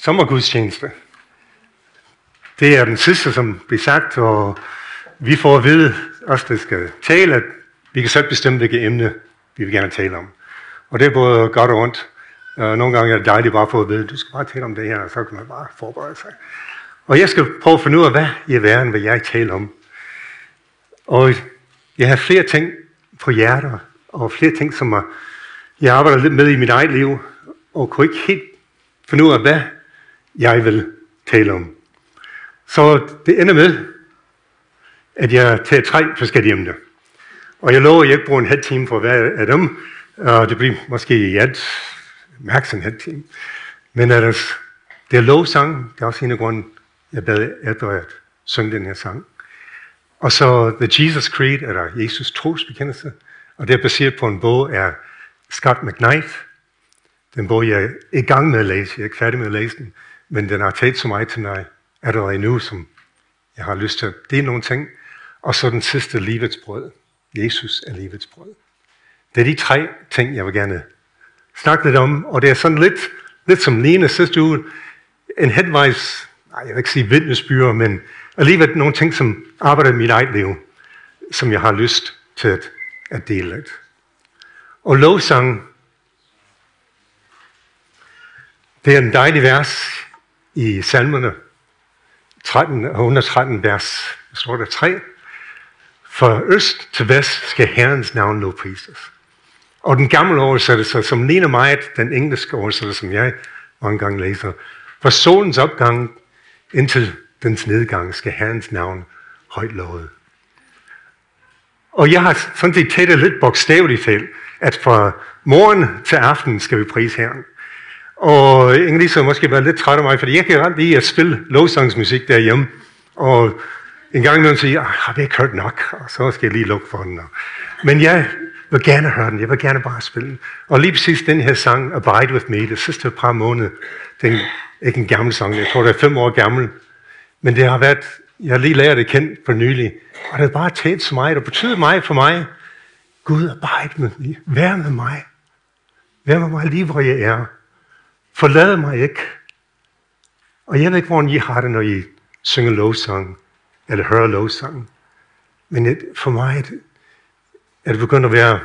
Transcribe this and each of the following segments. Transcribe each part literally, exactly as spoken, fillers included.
sommergudstjeneste. Det er den sidste, som bliver sagt, og vi får at vide, os der skal tale, at vi kan selv bestemme, hvilket emne vi vil gerne tale om. Og det er både godt og ondt. Nogle gange er det dejligt bare at få at vide, du skal bare tale om det her, og så kan man bare forberede sig. Og jeg skal prøve at finde ud af, hvad i verden vil jeg tale om. Og jeg har flere ting på hjertet, og flere ting, som jeg arbejder lidt med i mit eget liv, og kunne ikke helt finde ud af, hvad jeg vil tale om. Så det ender med, at jeg tager tre forskellige emner. Og jeg lover, at jeg ikke bruger en halv time for hver af dem. Og det bliver måske i alt mærks en halv time. Men ellers, det er lovsang. Det er også en af grunden, jeg bad efter at synge den her sang. Og så The Jesus Creed, eller Jesus trosbekendelse. Og det er baseret på en bog af Scott McKnight. Den bog, jeg er i gang med at læse. Jeg er ikke færdig med at læse den. Men den har taget så meget til mig allerede nu, som jeg har lyst til at dele nogle ting. Og så den sidste, livets brød. Jesus er livets brød. Det er de tre ting, jeg vil gerne snakke lidt om. Og det er sådan lidt, lidt som Lene sidste uge. En headvejs, nej, jeg vil ikke sige vidnesbyrd, men alligevel nogle ting, som arbejder i mit eget liv, som jeg har lyst til at, at dele lidt. Og lovsang, det er en dejlig vers i salmerne tretten, et hundrede og tretten vers, der står der tre. For øst til vest skal Herrens navn lovprises. Og den gamle oversættelse, som ligner meget den engelske oversættelse, som jeg mange gange læser. For solens opgang indtil dens nedgang skal Herrens navn højt lovet. Og jeg har sådan set taget det lidt bogstaveligt til, at fra morgen til aften skal vi prise Herren. Og ingen lige så måske være lidt træt af mig, fordi jeg kan ret lide at spille lovsangsmusik derhjemme. Og en gang imellem siger jeg, har vi ikke hørt nok? Og så skal jeg lige lukke for den. Men jeg vil gerne høre den. Jeg vil gerne bare spille den. Og lige præcis den her sang, Abide With Me, det sidste par måneder, det er ikke en gammel sang. Jeg tror, det er fem år gammel. Men det har været, jeg har lige lært det kendt for nylig. Og det har bare talt så meget, og betyder meget for mig. Gud, abide med mig. Vær med mig. Vær med mig lige, hvor jeg er. Forlad mig ikke. Og jeg ved ikke, hvordan I har det, når I synger lovsang, eller hører lovsang. Men for mig er det begyndt at være,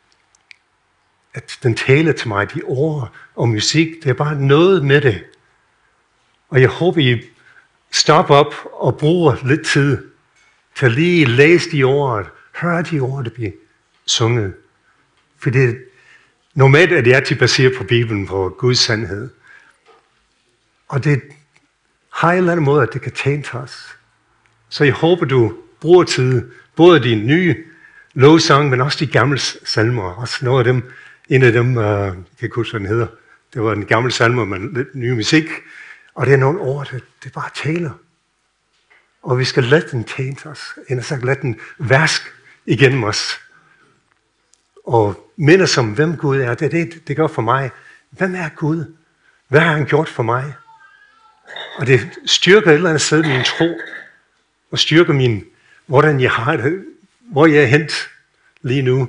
at den taler til mig, de ord og musik, det er bare noget med det. Og jeg håber, I stopper op og bruger lidt tid til at lige læse de ord, høre de ord, der bliver sunget. For det normalt er det altid baseret på Bibelen, på Guds sandhed. Og det har en eller anden måde, at det kan tjene til os. Så jeg håber, du bruger tid, både de nye lovsange, men også de gamle salmer. Også noget af dem, en af dem, uh, jeg kan ikke huske, hvad den hedder, det var den gamle salmer med lidt ny musik. Og det er nogle ord, det, det bare taler. Og vi skal lade den tjene til os. Eller sagt, lade den vaske igennem os. Og minde os om, hvem Gud er. Det er det, det gør for mig. Hvem er Gud? Hvad har han gjort for mig? Og det styrker et eller andet sted min tro. Og styrker min, hvordan jeg har det. Hvor jeg er hent lige nu.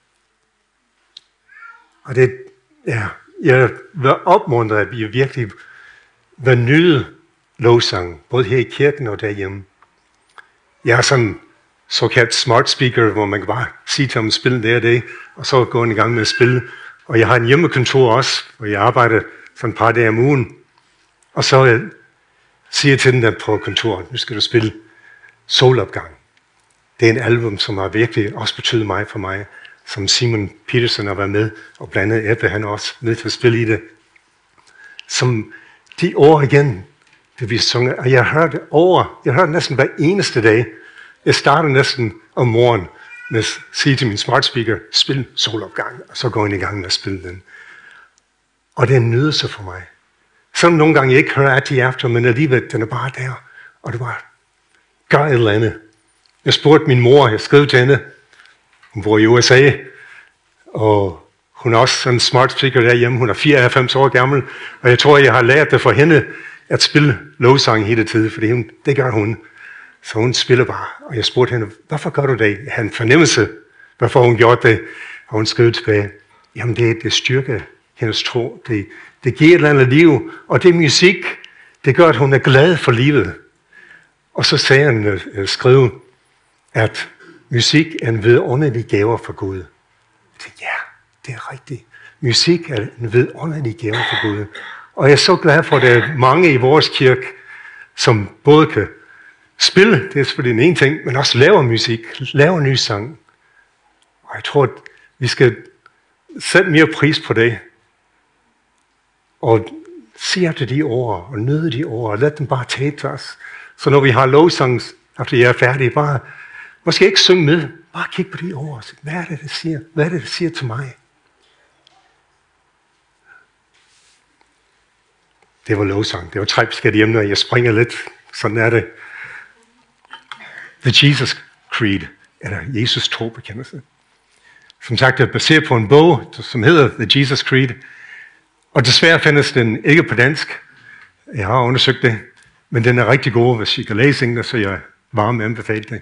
Og det, ja, jeg vil opmuntre, at vi virkelig vil nyde lovsang. Både her i kirken og derhjemme. Jeg har sådan en såkaldt smart speaker, hvor man kan bare sige til ham, spille det og det, og så gå i gang med at spille. Og jeg har en hjemmekontor også, hvor jeg arbejder sådan et par dage om ugen. Og så siger jeg til den der på kontoret, nu skal du spille Solopgang. Det er en album, som har virkelig også betydet meget for mig, som Simon Petersen har været med, og blandt andet Ebbe, han er også med til at spille i det. Som de år igen, det vi sunget, og jeg har hørt over, jeg har hørt næsten hver eneste dag. Jeg starter næsten om morgenen med at sige til min smart speaker, spil Solopgang, og så går jeg i gang med at spille den. Og det er en nydelse for mig. Sådan nogle gange jeg ikke hører at de efter, men alligevel, den er bare der, og det bare gør et eller andet. Jeg spurgte min mor, jeg skrev til hende, hun bor i U S A, og hun er også sådan en smart speaker derhjemme, hun er fireoghalvfems år gammel, og jeg tror, jeg har lært det for hende at spille lovsang hele tiden, fordi hun, det gør hun. Så hun spiller bare, og jeg spurgte hende, hvorfor gør du det? Jeg havde en fornemmelse, hvorfor hun gjorde det, og hun skrev tilbage, jamen det, det styrker hendes tro, det, det giver et eller andet liv, og det musik, Det gør, at hun er glad for livet. Og så sagde han, øh, skrive, at musik er en vidunderlig gave fra Gud. Jeg tænkte, ja, det er rigtigt. Musik er en vidunderlig gave fra Gud. Og jeg er så glad for, at der er mange i vores kirke, som både kan spille, det er selvfølgelig den ene ting, men også laver musik, laver ny sang. Og jeg tror, at vi skal sætte mere pris på det. Og se efter de ord, og nyde de ord, og lad dem bare tage til os. Så når vi har lovsang, efter jeg er færdig, bare, måske ikke synge med, bare kig på de ord. Hvad er det, det siger? Hvad er det, det siger til mig? Det var lovsang. Det var tre forskellige emner. Jeg springer lidt. Sådan er det. The Jesus Creed, eller Jesus trobekendelse. Som sagt, det er baseret på en bog, som hedder The Jesus Creed. Og desværre findes den ikke på dansk. Jeg har undersøgt det. Men den er rigtig god, hvis I kan læse den, så jeg varmt anbefaler det.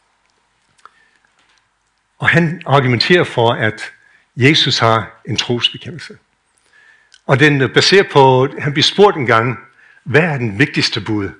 Og han argumenterer for, at Jesus har en trosbekendelse. Og den er baseret på, han bliver spurgt en gang, hvad er den vigtigste bud?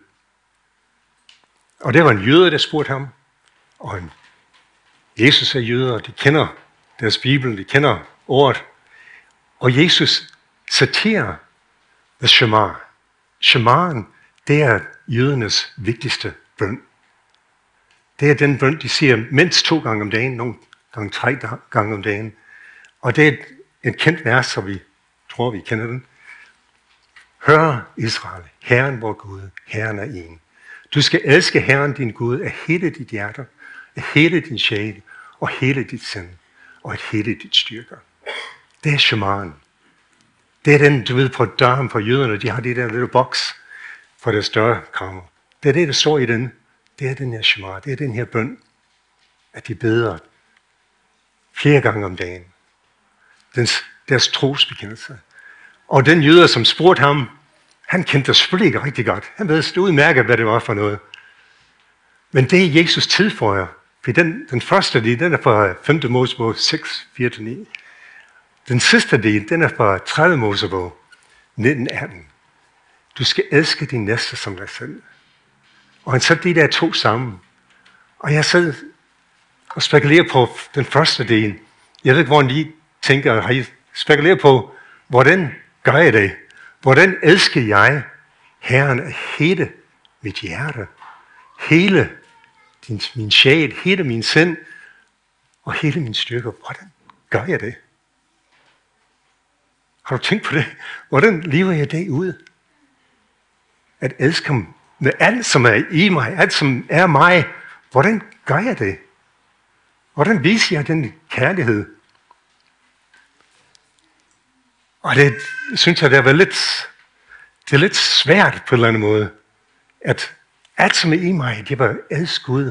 Og det var en jøde, der spurgte ham. Og en Jesus er jøder, de kender deres bibel, de kender ordet. Og Jesus citerer the Shema. Shemaen, det er jødernes vigtigste bøn. Det er den bøn, de siger mindst to gange om dagen, nogle gange tre gange om dagen. Og det er et, et kendt vers, så vi tror, vi kender den. Hør Israel, Herren vor Gud, Herren er en. Du skal elske Herren din Gud af hele dit hjerte, af hele din sjæl, og hele dit sind, og af hele dit styrke. Det er Shemaen. Det er den, du ved, på døren for jøderne, de har de der lille boks for deres dørkammer. Det er det, der står i den. Det er den her Shema, det er den her bøn, at de beder flere gange om dagen. Dens, deres trosbekendelse. Og den jøder, som spurgte ham, han kendte det selvfølgelig ikke rigtig godt. Han ved udmærket, hvad det var for noget. Men det er Jesus tilføjer. For den, den første del, den er fra femte Mosebog seks, fire til ni. Den sidste del, den er fra tredje Mosebog nitten atten. Du skal elske din næste som dig selv. Og han satte de der to sammen. Og jeg sad og spekulerer på den første del. Jeg ved ikke, hvor I tænker, har I spekuleret på, hvordan gør jeg det? Hvordan elsker jeg Herren af hele mit hjerte, hele din, min sjæl, hele min sind og hele min styrke? Hvordan gør jeg det? Har du tænkt på det? Hvordan lever jeg det ud? At elske ham med alt, som er i mig, alt, som er mig. Hvordan gør jeg det? Hvordan viser jeg den kærlighed? Og det synes jeg, det er lidt, det er lidt svært på en eller anden måde, at alt, som er i mig, det var elsk Gud.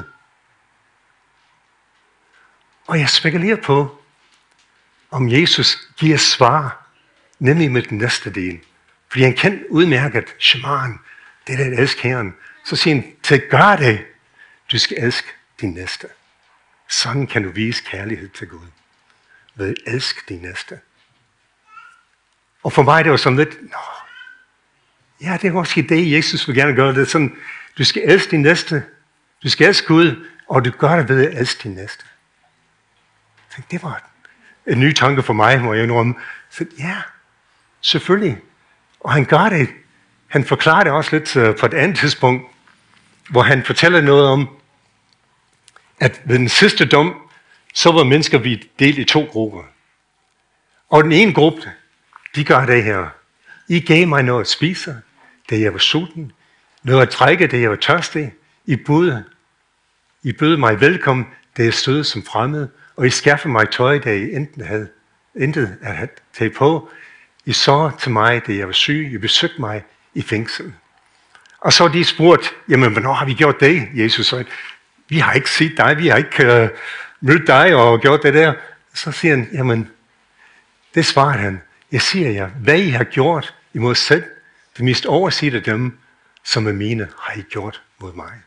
Og jeg spekulerer på, om Jesus giver svar, nemlig med den næste del. Fordi han kan udmærket Shemaen, det er det at elske Herren. Så siger han, til at gøre det, du skal elske din næste. Sådan kan du vise kærlighed til Gud. Ved at elske din næste. Og for mig det var sådan lidt, nå, ja, det er måske det, Jesus vil gerne gøre. Det er sådan, du skal elske din næste, du skal elske Gud, og du gør det ved at elske din næste. Jeg tænkte, det var en ny tanke for mig, må jeg indrømme. Så ja, selvfølgelig. Og han gør det. Han forklarer det også lidt på et andet tidspunkt, hvor han fortæller noget om, at ved den sidste dom, så var mennesker vi delt i to grupper. Og den ene gruppe, de gør det her. I gav mig noget at spise, da jeg var sulten. Noget at drikke, da jeg var tørstig. I bød, I bød mig velkommen, da jeg stod som fremmed. Og I skaffede mig tøj, da jeg enten havde intet at have taget på. I så til mig, da jeg var syg. I besøgte mig i fængsel. Og så de spurgt, jamen, hvornår har vi gjort det, Jesus? Og vi har ikke set dig, vi har ikke uh, mødt dig og gjort det der. Så siger han, jamen, det svarede han. Jeg siger jer, hvad I har gjort imod selv, det mest overset af dem, som er mine, har I gjort mod mig.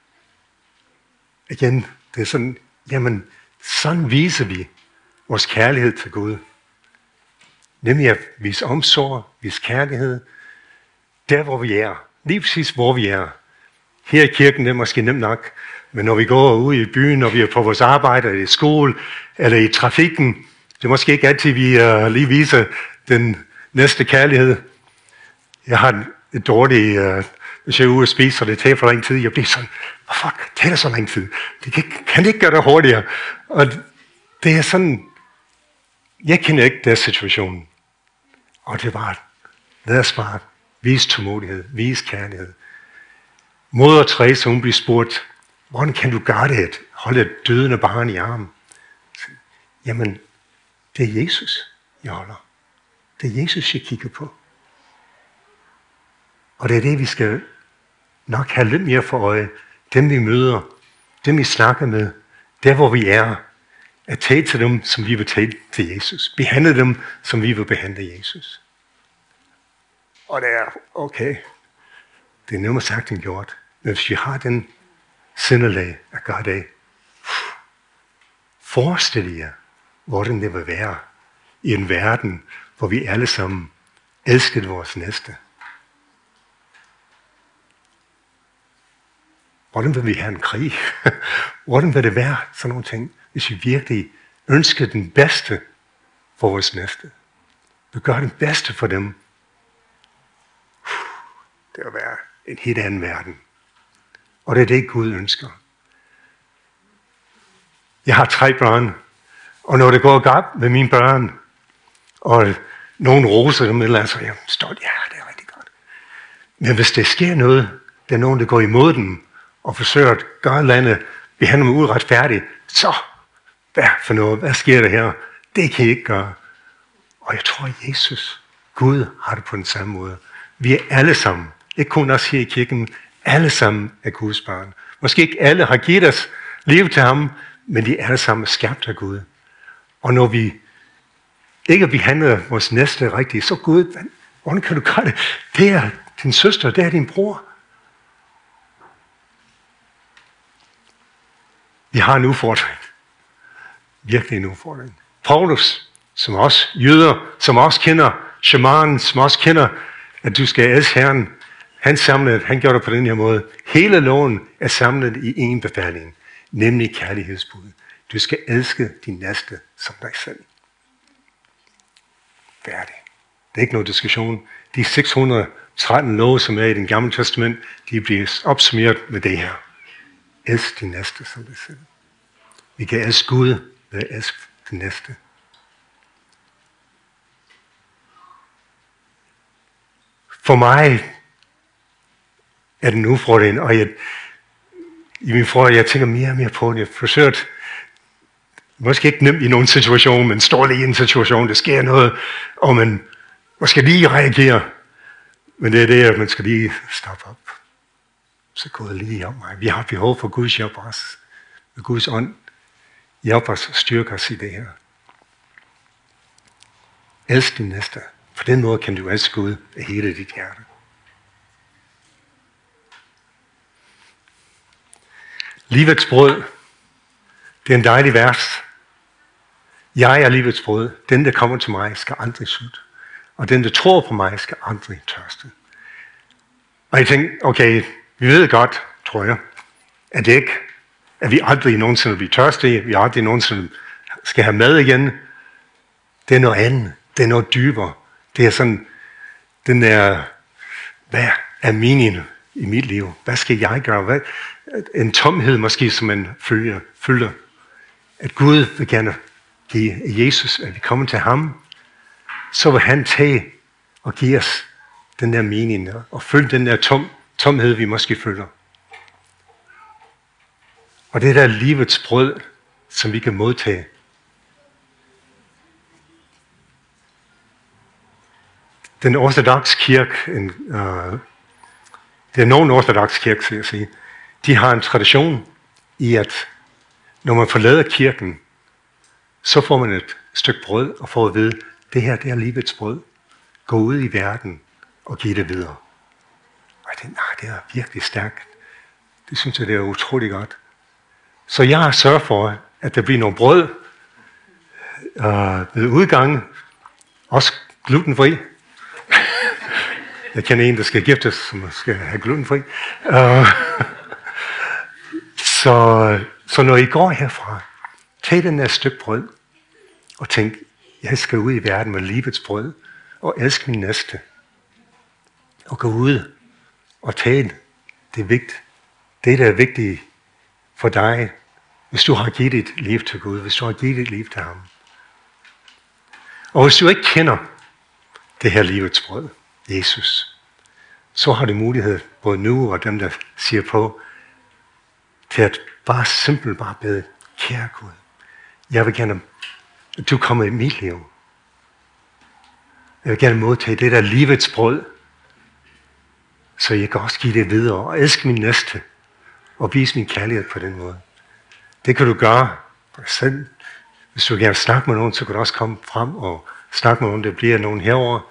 Igen, det er sådan, jamen, sådan viser vi vores kærlighed til Gud. Nemlig at vise omsorg, vise kærlighed, der hvor vi er. lige præcis hvor vi er. Her i kirken, det er måske nemt nok, men når vi går ud i byen, når vi er på vores arbejde, eller i skole, eller i trafikken, det er måske ikke altid, vi uh, lige viser den næste kærlighed. Jeg har et dårligt, uh, hvis jeg er ude og spise, og det tager for lang tid, jeg bliver sådan, hvorfor tager det så lang tid? Det kan, kan det ikke gøre det hurtigere? Og det er sådan, jeg kender ikke den situation. Og det er bare, lad os bare vise tålmodighed, vise kærlighed. Moder Teresa, hun bliver spurgt, hvordan kan du gøre det, holde et dødende barn i armen? Jamen, det er Jesus, jeg holder. Det er Jesus, jeg kigger på. Og det er det, vi skal nok have lidt mere for øje. Dem vi møder, dem vi snakker med, der hvor vi er, at tale til dem, som vi vil tale til Jesus. Behandle dem, som vi vil behandle Jesus. Og det er okay. Det er nemmere sagt end gjort. Men hvis vi har den sindelag at gøre det, forestil jer, hvordan det vil være i en verden, hvor vi alle sammen elskede vores næste. Hvordan vil vi have en krig? Hvordan vil det være, sådan nogle ting, hvis vi virkelig ønsker den bedste for vores næste? Vi gør den bedste for dem. Det vil være en helt anden verden. Og det er det, Gud ønsker. Jeg har tre børn, og når det går godt med mine børn, og nogen roser dem, eller så er jeg stolt, ja, det er rigtig godt. Men hvis det sker noget, der er nogen, der går imod dem, og forsøger at gøre landet, behandle dem uretfærdigt, så, hvad for noget, hvad sker der her? Det kan I ikke gøre. Og jeg tror, at Jesus, Gud, har det på den samme måde. Vi er alle sammen, ikke kun os her i kirken, alle sammen er Guds børn. Måske ikke alle har givet os liv til ham, men de er alle sammen skabt af Gud. Og når vi ikke behandler vores næste rigtigt, så Gud, hvordan kan du gøre det? Det er din søster, det er din bror. Vi har en udfordring. Virkelig en udfordring. Paulus, som også jøder, som også kender shamanen, som også kender, at du skal elske Herren, han samlede, han gjorde det på den her måde. Hele loven er samlet i en befaling, nemlig kærlighedsbud. Du skal elske din næste som dig selv. Færdig. Det er ikke nogen diskussion. De seks hundrede og tretten love, som er i den gamle testament, de bliver opsummeret med det her. Elsk din næste som dig selv. Vi kan elske Gud ved at elske den næste. For mig er den udfordring, og jeg, i min forhold, jeg tænker mere og mere på det. Jeg forsøger måske ikke nemt i nogen situation, men står lige i en situation, der sker noget, og man måske lige reagere. Men det er det, at man skal lige stoppe op. Så går det lige op mig. Vi har behov for Guds hjælp os. Med Guds ånd hjælp os og styrke os i det her. Elsk din næste. På den måde kan du elske Gud af hele dit hjerte. Livets brød. Det er en dejlig vers. Jeg er livets brød. Den, der kommer til mig, skal aldrig sulte. Og den, der tror på mig, skal aldrig tørste. Og jeg tænkte, okay, vi ved godt, tror jeg, at det ikke, at vi aldrig nogensinde bliver tørstige, vi aldrig nogensinde skal have mad igen. Det er noget andet. Det er noget dybere. Det er sådan, den der, hvad er meningen i mit liv? Hvad skal jeg gøre? Hvad? En tomhed måske, som man følger, følger. At Gud vil gerne give Jesus, at vi kommer til ham, så vil han tage og give os den der mening, og følge den der tom, tomhed, vi måske føler. Og det der livets brød, som vi kan modtage. Den ortodoxe kirke, en, uh, det er nogen ortodoxe kirke, skal jeg sige, de har en tradition i, at når man forlader kirken, så får man et stykke brød og får at vide, det her det er livets brød. Gå ud i verden og giv det videre. Og jeg tænkte, nej, det er virkelig stærkt. Det synes jeg, det er utrolig godt. Så jeg har sørget for, at der bliver noget brød øh, ved udgangen, også glutenfri. Jeg kender en, der skal giftes, som skal have glutenfri. Uh, så, så når I går herfra, tag den der stykke brød, og tænk, jeg skal ud i verden med livets brød, og elske min næste. Og gå ud og tage det, vigt, det, der er vigtigt for dig, hvis du har givet dit liv til Gud, hvis du har givet dit liv til ham. Og hvis du ikke kender det her livets brød, Jesus, så har du mulighed, både nu og dem, der siger på, til at bare simpelt bare bede, kære Gud, jeg vil gerne, at du kommer i mit liv. Jeg vil gerne modtage det der livets brød, så jeg kan også give det videre og elske min næste og vise min kærlighed på den måde. Det kan du gøre for dig selv. Hvis du gerne snakke med nogen, så kan du også komme frem og snakke med nogen. Der bliver nogen herover.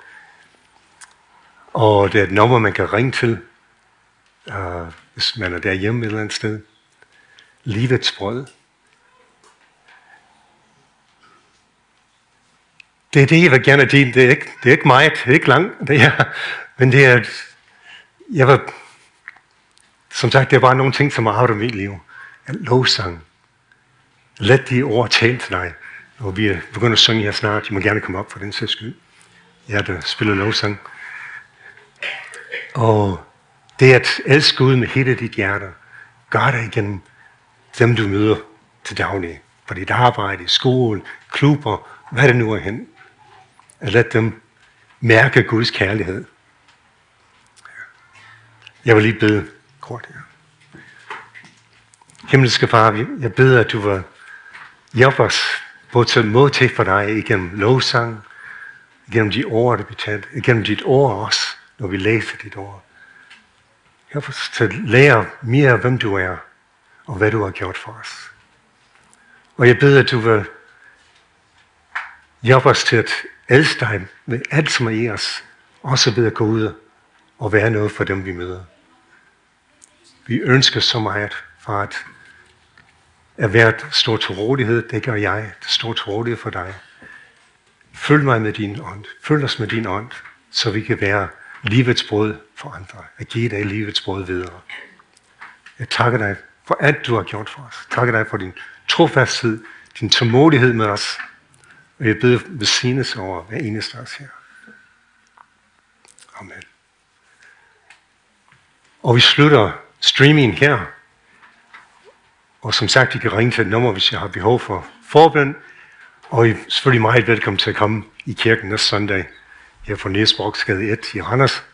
Og det er et nummer, man kan ringe til, uh, hvis man er derhjemme et eller andet sted. Livets brød. Det er det, jeg vil gerne dele. Det er ikke, det er ikke meget, det er ikke langt, det er, men det er, jeg vil, som sagt, det er bare nogle ting, som har haft i mit liv. Lovsang. Let de ord tale til dig. Og vi er begyndt at synge her snart. I må gerne komme op for den sags skyld. Jeg der spiller lovsang. Og det er at elske Gud med hele dit hjerte. Gør det igennem dem, du møder til daglig. På dit arbejde, i skole, klubber, hvad det nu er hen. At lad dem mærke Guds kærlighed. Jeg vil lige bede kort her. Himmelske Far, jeg beder, at du vil hjælpe os både til at modtage for dig igennem lovsang, igennem de ord, der bliver talt, igennem dit ord også, når vi læser dit ord. Hjælp os til at lære mere, hvem du er, og hvad du har gjort for os. Og jeg beder, at du vil hjælpe os til at elske dig med alt, som er i os, også ved at gå ud og være noget for dem, vi møder. Vi ønsker så meget for at at være stor til rådighed, det gør jeg, stor til rådighed for dig. Følg mig med din ånd, følg os med din ånd, så vi kan være livets brød for andre, at give dig livets brød videre. Jeg takker dig for alt, du har gjort for os. Jeg takker dig for din trofasthed, din tålmodighed med os, og jeg beder velsignelse over hver eneste af os her. Amen. Og vi slutter streamingen her. Og som sagt, I kan ringe til et nummer, hvis jeg har behov for forbøn. Og I er selvfølgelig meget velkommen til at komme i kirken næste søndag her på Niels Broksgade et i Randers.